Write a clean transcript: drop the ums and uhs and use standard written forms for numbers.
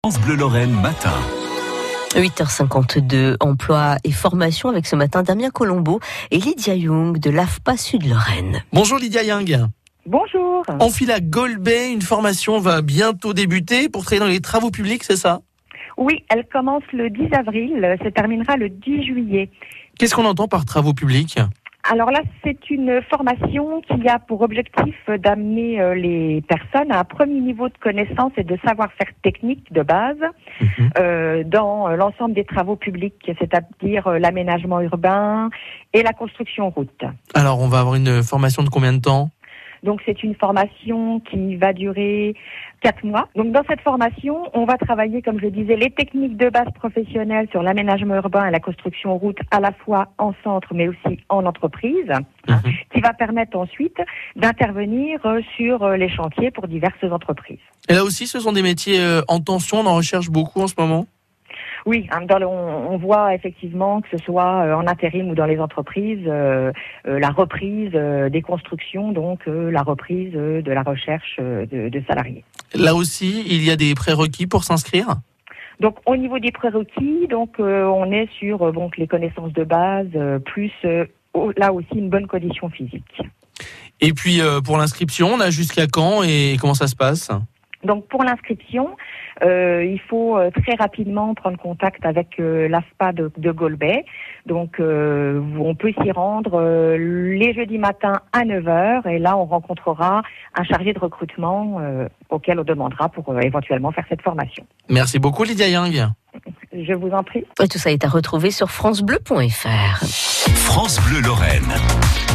France Bleu Lorraine matin. 8h52, emploi et formation avec ce matin Damien Colombo et Lydia Young de l'AFPA Sud-Lorraine. Bonjour Lydia Young. Bonjour. Enfile à Golbet, une formation va bientôt débuter pour travailler dans les travaux publics, c'est ça? Oui, elle commence le 10 avril, se terminera le 10 juillet. Qu'est-ce qu'on entend par travaux publics? Alors là, c'est une formation qui a pour objectif d'amener les personnes à un premier niveau de connaissance et de savoir-faire technique de base dans l'ensemble des travaux publics, c'est-à-dire l'aménagement urbain et la construction route. Alors, on va avoir une formation de combien de temps? Donc c'est une formation qui va durer 4 mois. Donc dans cette formation, on va travailler, comme je disais, les techniques de base professionnelles sur l'aménagement urbain et la construction route, à la fois en centre mais aussi en entreprise, qui va permettre ensuite d'intervenir sur les chantiers pour diverses entreprises. Et là aussi, ce sont des métiers en tension, on en recherche beaucoup en ce moment? Oui, on voit effectivement que ce soit en intérim ou dans les entreprises, la reprise des constructions, donc la reprise de la recherche de salariés. Là aussi, il y a des prérequis pour s'inscrire? Donc au niveau des prérequis, donc on est sur donc les connaissances de base, plus là aussi une bonne condition physique. Et puis pour l'inscription, on a jusqu'à quand et comment ça se passe? Donc pour l'inscription, il faut très rapidement prendre contact avec l'AFPA de Golbet. Donc on peut s'y rendre les jeudis matins à 9h et là on rencontrera un chargé de recrutement auquel on demandera pour éventuellement faire cette formation. Merci beaucoup Lydia Young. Je vous en prie. Et tout ça est à retrouver sur francebleu.fr. France Bleu Lorraine.